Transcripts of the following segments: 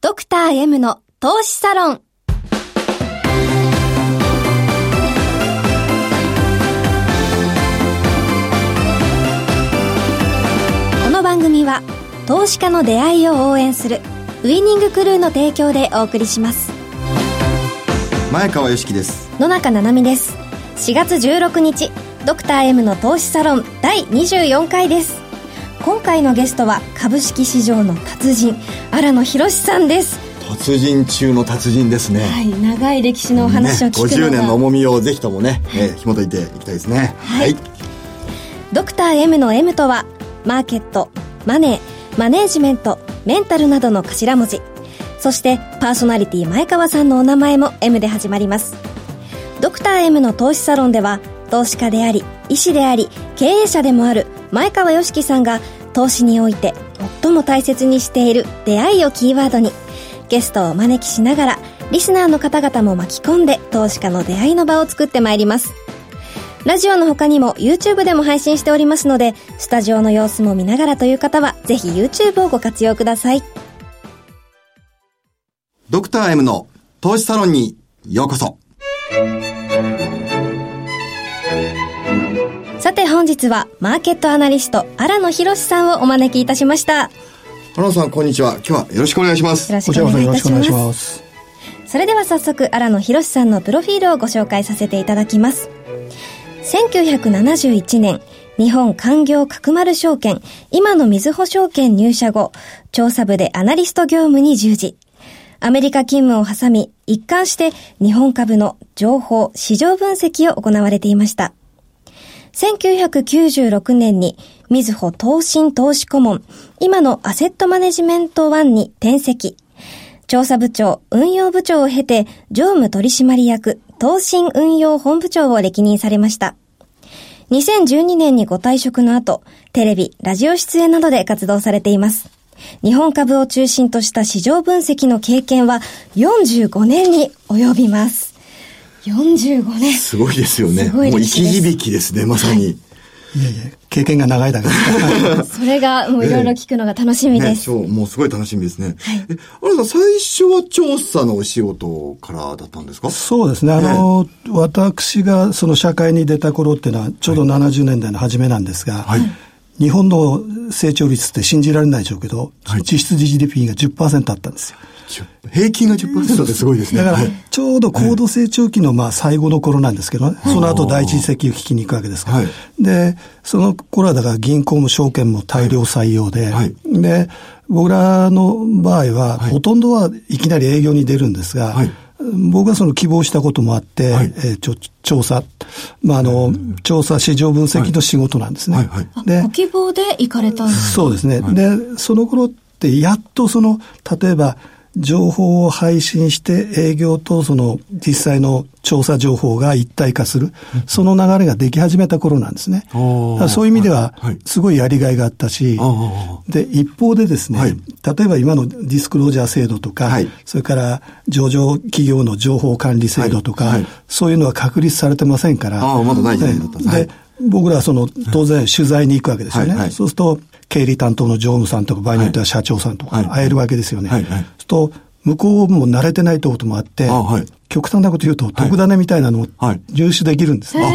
ドクター M の投資サロン。この番組は投資家の出会いを応援するウイニングクルーの提供でお送りします。 前川良樹です。 野中七海です。4月16日ドクター M の投資サロン第24回です。今回のゲストは株式市場の達人荒野博さんです。 達人中の達人ですね。 はい、長い歴史のお話を聞くのが、 50年の重みをぜひともね、紐解いていきたいですね。 はい、ドクター M の M とはマーケット、マネー、マネージメント、メンタルなどの頭文字。そしてパーソナリティ前川さんのお名前も M で始まります。ドクター M の投資サロンでは投資家であり医師であり経営者でもある前川良樹さんが投資において最も大切にしている出会いをキーワードにゲストをお招きしながらリスナーの方々も巻き込んで投資家の出会いの場を作ってまいります。ラジオの他にも YouTube でも配信しておりますので、スタジオの様子も見ながらという方はぜひ YouTube をご活用ください。 ドクター M の投資サロンにようこそ。 さて本日はマーケットアナリスト荒野博さんをお招きいたしました。 荒野さんこんにちは。今日はよろしくお願いします。 よろしくお願いいたします。それでは早速荒野博さんのプロフィールをご紹介させていただきます。1971年日本勧業角丸証券今のみずほ証券入社後、調査部でアナリスト業務に従事。アメリカ勤務を挟み一貫して日本株の情報市場分析を行われていました。1996年にみずほ投信投資顧問今のアセットマネジメント1に転籍。調査部長運用部長を経て常務取締役投信運用本部長を歴任されました。2012年にご退職の後、テレビラジオ出演などで活動されています。日本株を中心とした市場分析の経験は45年に及びます。45年。 すごいですよね。もう生き響きですね、まさに。はい、 いやいや、経験が長いだけですそれがもういろいろ聞くのが楽しみです。 もうすごい楽しみですね。 はい、 荒野さん、最初は調査のお仕事からだったんですか？ そうですね。私がその社会に出た頃っていうのはちょうど70年代の初めなんですが、はい、日本の成長率って信じられないでしょうけど、はい、実質 GDP が 10% あったんですよ。 平均が 10% ってすごいですね。 だから、ちょうど高度成長期の最後の頃なんですけどね、その後第一次石油危機に行くわけですから。はい、で、その頃はだから銀行も証券も大量採用で、はい、で、僕らの場合は、ほとんどはいきなり営業に出るんですが、はい、僕はその希望したこともあって、はい、調査、調査市場分析の仕事なんですね。はいはいはい、 で、ご希望で行かれたんですか？ そうですね。はい、で、その頃ってやっと例えば、情報を配信して営業とその実際の調査情報が一体化する、その流れができ始めた頃なんですね。だからそういう意味ではすごいやりがいがあったし、で一方でですね、はい、例えば今のディスクロージャー制度とか、はい、それから上場企業の情報管理制度とか、はいはい、そういうのは確立されてませんから、 まだない時代だったんですね。 で僕らは当然取材に行くわけですよね。はいはい、そうすると経理担当の常務さんとか場合によっては社長さんとか会えるわけですよね。はいはいはい、と向こうも慣れてないということもあって、はい、極端なこと言うと特ダネみたいなのを入手できるんですね。はい、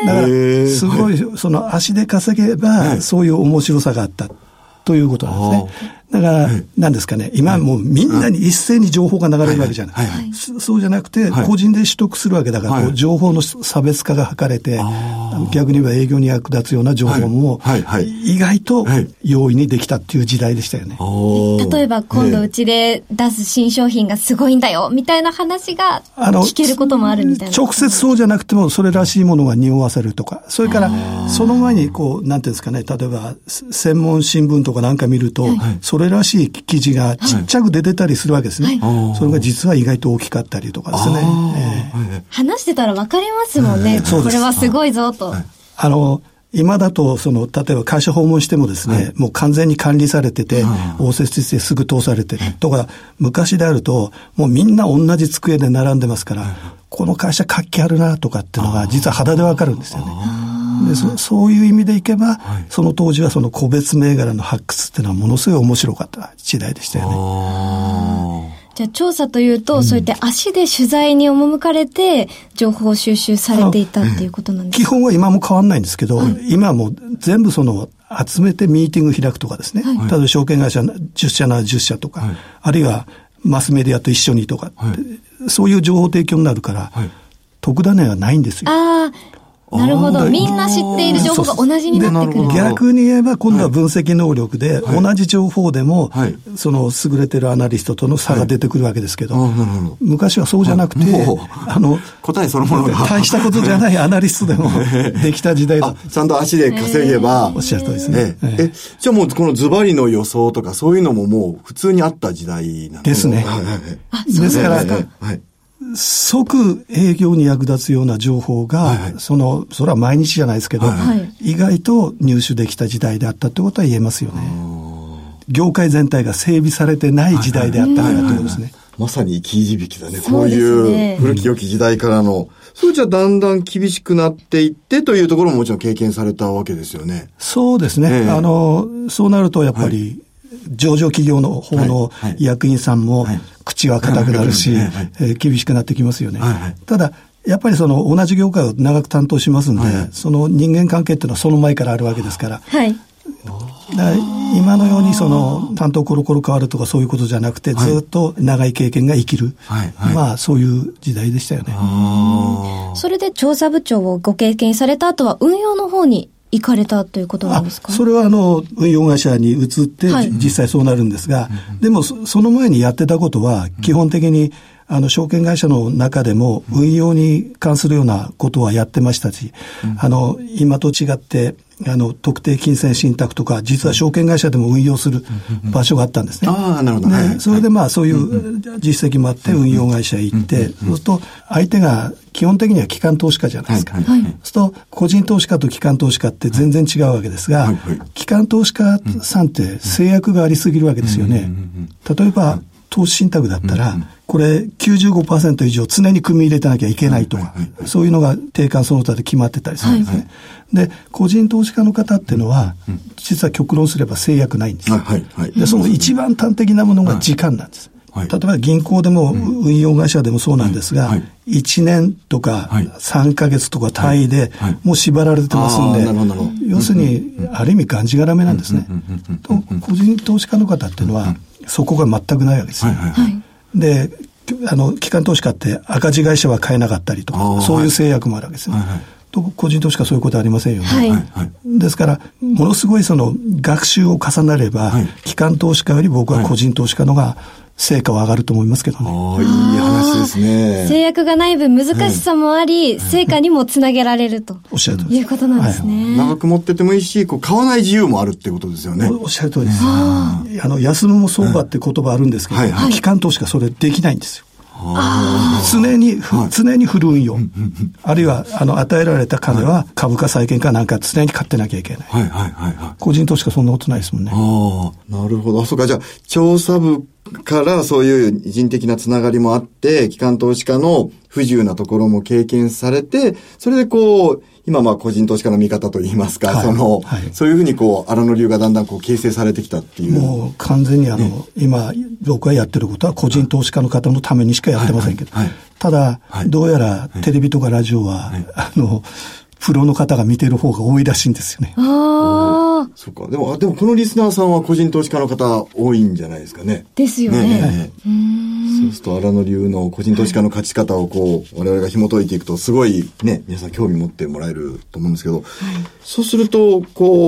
だからすごい足で稼げばそういう面白さがあったということなんですね。だから、何ですかね、今もうみんなに一斉に情報が流れるわけじゃない。そうじゃなくて、個人で取得するわけだから、情報の差別化が図れて、逆に言えば営業に役立つような情報も、意外と容易にできたっていう時代でしたよね。 例えば、今度うちで出す新商品がすごいんだよ、みたいな話が聞けることもあるみたいな。 直接そうじゃなくても、それらしいものが匂わせるとか、それから、その前になんていうんですかね、例えば、専門新聞とかなんか見ると、それらしい記事がちっちゃく出てたりするわけですね。はい、それが実は意外と大きかったりとかですね。 話してたら分かりますもんね。これはすごいぞと。 今だと例えば会社訪問してもですね、はい、もう完全に管理されてて、応接室ですぐ通されて、とか昔であるともうみんな同じ机で並んでますから、この会社活気あるなとかっていうのが実は肌でわかるんですよね。でそういう意味でいけば、はい、その当時はその個別銘柄の発掘っていうのはものすごい面白かった時代でしたよね。 じゃあ調査というと、そうやって足で取材に赴かれて情報収集されていたっていうことなんですか？ 基本は今も変わんないんですけど、今はもう全部集めてミーティング開くとかですね、例えば証券会社10社なら10社とか、あるいはマスメディアと一緒にとか、そういう情報提供になるから、特ダネはないんですよ。 なるほど。みんな知っている情報が同じになってくる。 逆に言えば今度は分析能力で、同じ情報でも、その優れてるアナリストとの差が出てくるわけですけど、昔はそうじゃなくて、 答えそのものが大したことじゃないアナリストでもできた時代だ。 ちゃんと足で稼げば。 おっしゃる通りですね。 じゃあもうこのズバリの予想とかそういうのももう普通にあった時代なんですね。ですから、即営業に役立つような情報が、それは毎日じゃないですけど、意外と入手できた時代であったということは言えますよね。業界全体が整備されてない時代であったからということですね。 まさに生き字引だね。こういう古き良き時代からの。そうじゃだんだん厳しくなっていってというところももちろん経験されたわけですよね。 そうですね。そうなるとやっぱり、上場企業の方の役員さんも口は固くなるし、厳しくなってきますよね。ただ、やっぱり同じ業界を長く担当しますんで、その人間関係っていうのはその前からあるわけですから。今のように担当コロコロ変わるとかそういうことじゃなくて、ずっと長い経験が生きる。まあそういう時代でしたよね。 それで調査部長をご経験された後は運用の方に行かれたということなんですか？ それは運用会社に移って、実際そうなるんですが、でもその前にやってたことは基本的に証券会社の中でも運用に関するようなことはやってましたし、今と違って特定金銭信託とか実は証券会社でも運用する場所があったんですね。 なるほど。 それでそういう実績もあって運用会社へ行って、そうすると相手が基本的には機関投資家じゃないですか。そうすると個人投資家と機関投資家って全然違うわけですが、機関投資家さんって制約がありすぎるわけですよね。例えば投資信託だったら、これ 95% 以上常に組み入れてなきゃいけないとか、そういうのが定款その他で決まってたりするんですね。で、個人投資家の方っていうのは、実は極論すれば制約ないんです。で、その一番端的なものが時間なんです。例えば銀行でも運用会社でもそうなんですが、1年とか3ヶ月とか単位でもう縛られてますんで、要するにある意味がんじがらめなんですね。個人投資家の方っていうのはそこが全くないわけですよ。で、機関投資家って赤字会社は買えなかったりとか、そういう制約もあるわけですね。個人投資家そういうことありませんよね。ですから、ものすごい学習を重ねれば、機関投資家より僕は個人投資家のが成果は上がると思いますけどね。 いい話ですね。 制約がない分難しさもあり、成果にもつなげられるということなんですね。 長く持っててもいいし、買わない自由もあるってことですよね。 おっしゃる通りです。休むも相場って言葉あるんですけど、機関投資家それできないんですよ。常にフル運用。あるいは、与えられた金は株価債券かなんか常に買ってなきゃいけない。個人投資家そんなことないですもんね。 なるほど。そうか、じゃあ、調査部からそういう人的なつながりもあって、機関投資家の不自由なところも経験されて、それで今個人投資家の見方といいますか、そういうふうに荒野流がだんだん形成されてきたっていう。 もう完全に今僕がやってることは個人投資家の方のためにしかやってませんけど、ただ、どうやらテレビとかラジオは、プロの方が見てる方が多いらしいんですよね。 そうか。でもこのリスナーさんは個人投資家の方多いんじゃないですかね。 ですよね。 そうすると荒野流の個人投資家の勝ち方を我々が紐解いていくとすごいね、皆さん興味持ってもらえると思うんですけど、そうすると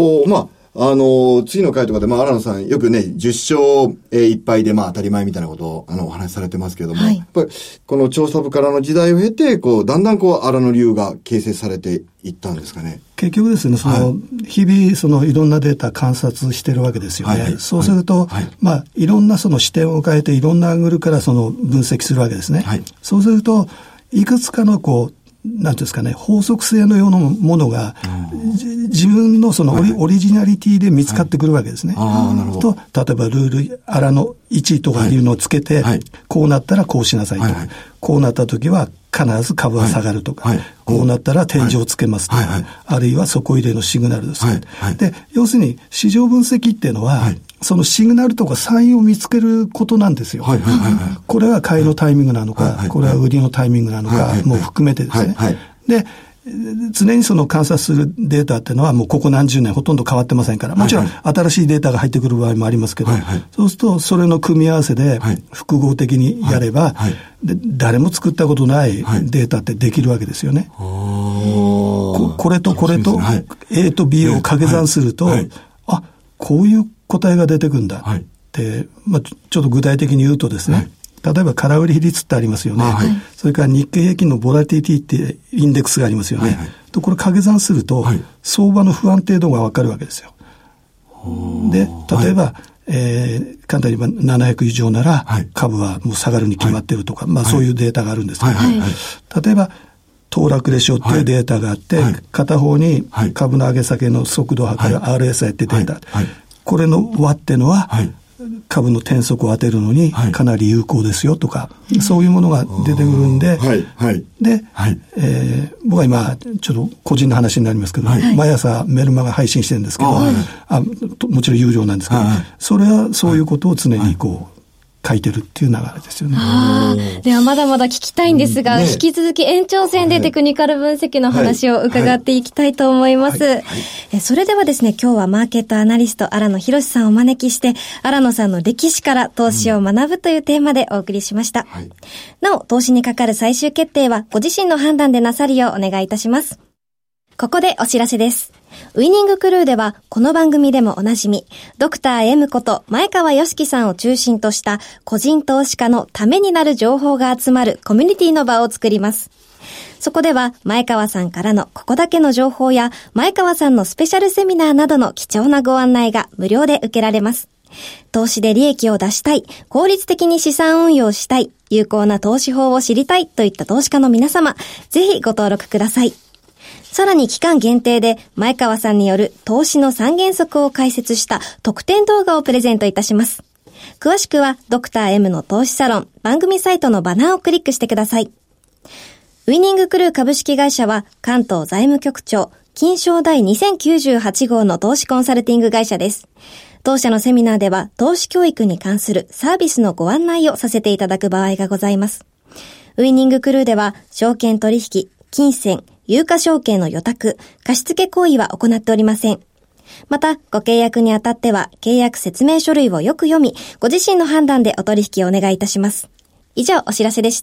次の回とかで、荒野さんよくね、10勝1敗で当たり前みたいなことをお話しされてますけれども、やっぱりこの調査部からの時代を経て、だんだん荒野流が形成されていったんですかね。 結局ですね、日々いろんなデータ観察してるわけですよね。そうすると、いろんな視点を変えていろんなアングルから分析するわけですね。そうすると、いくつかのなんていうんですかね、法則性のようなものが、自分のオリジナリティで見つかってくるわけですね。と、例えばルール、荒の1とかいうのをつけて、こうなったらこうしなさいと。こうなった時は必ず株は下がるとか、こうなったら天井をつけますとか、あるいは底入れのシグナルです、で、要するに市場分析っていうのは、そのシグナルとかサインを見つけることなんですよ。これは買いのタイミングなのか、これは売りのタイミングなのかも含めてですね。で、常にその観察するデータっていうのはもうここ何十年ほとんど変わってませんから、もちろん新しいデータが入ってくる場合もありますけど、そうするとそれの組み合わせで複合的にやれば、で誰も作ったことないデータってできるわけですよね。これとこれと A と B を掛け算すると、あ、こういう答えが出てくるんだって、ちょっと具体的に言うとですね、例えば空売り比率ってありますよね。それから日経平均のボラティティってインデックスがありますよね。とこれ掛け算すると、相場の不安定度がわかるわけですよ。で、例えば、簡単に言えば700以上なら株はもう下がるに決まっているとか、そういうデータがあるんですけど、例えば騰落レシオっていうデータがあって、片方に株の上げ下げの速度を測る RSI ってデータ、これの和っていうのは、株の転速を当てるのにかなり有効ですよとか、そういうものが出てくるんで、で、僕は今ちょっと個人の話になりますけど、毎朝メルマガ配信してるんですけど、もちろん有料なんですけど、それはそういうことを常にこう書いてるっていう流れですよね。 ではまだまだ聞きたいんですが、引き続き延長戦でテクニカル分析の話を伺っていきたいと思います。それではですね、今日はマーケットアナリスト荒野博さんをお招きして、荒野さんの歴史から投資を学ぶというテーマでお送りしました。なお、投資にかかる最終決定はご自身の判断でなさるようお願いいたします。ここでお知らせです。ウイニングクルーではこの番組でもおなじみ、ドクター M こと前川良樹さんを中心とした個人投資家のためになる情報が集まるコミュニティの場を作ります。そこでは前川さんからのここだけの情報や前川さんのスペシャルセミナーなどの貴重なご案内が無料で受けられます。投資で利益を出したい、効率的に資産運用したい、有効な投資法を知りたいといった投資家の皆様、ぜひご登録ください。さらに期間限定で前川さんによる投資の3原則を解説した特典動画をプレゼントいたします。詳しくはドクター M の投資サロン番組サイトのバナーをクリックしてください。ウイニングクルー株式会社は関東財務局長金賞第2098号の投資コンサルティング会社です。当社のセミナーでは投資教育に関するサービスのご案内をさせていただく場合がございます。ウイニングクルーでは証券取引、金銭、有価証券の予託、貸付行為は行っておりません。また、ご契約にあたっては、契約説明書類をよく読み、ご自身の判断でお取引をお願いいたします。以上、お知らせでした。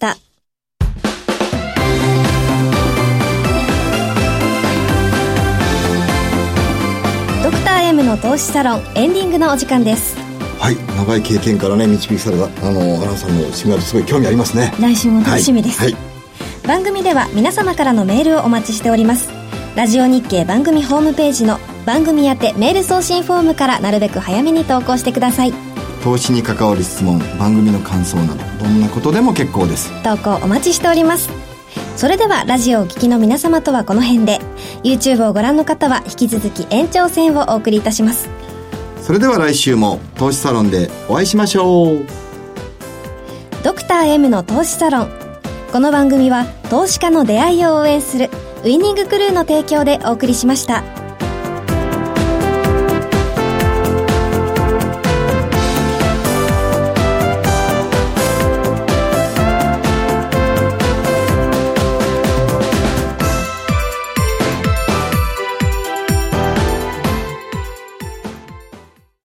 ドクター M の投資サロン、エンディングのお時間です。 はい、長い経験からね、導きされた、荒野さんのシグナルすごい興味ありますね。 来週も楽しみです。番組では皆様からのメールをお待ちしております。ラジオ日経番組ホームページの番組宛てメール送信フォームからなるべく早めに投稿してください。 投資に関わる質問、番組の感想などどんなことでも結構です。 投稿お待ちしております。それではラジオをお聞きの皆様とはこの辺で、 YouTube をご覧の方は引き続き延長戦をお送りいたします。 それでは来週も投資サロンでお会いしましょう。 ドクター M の投資サロン、この番組は投資家の出会いを応援するウイニングクルーの提供でお送りしました。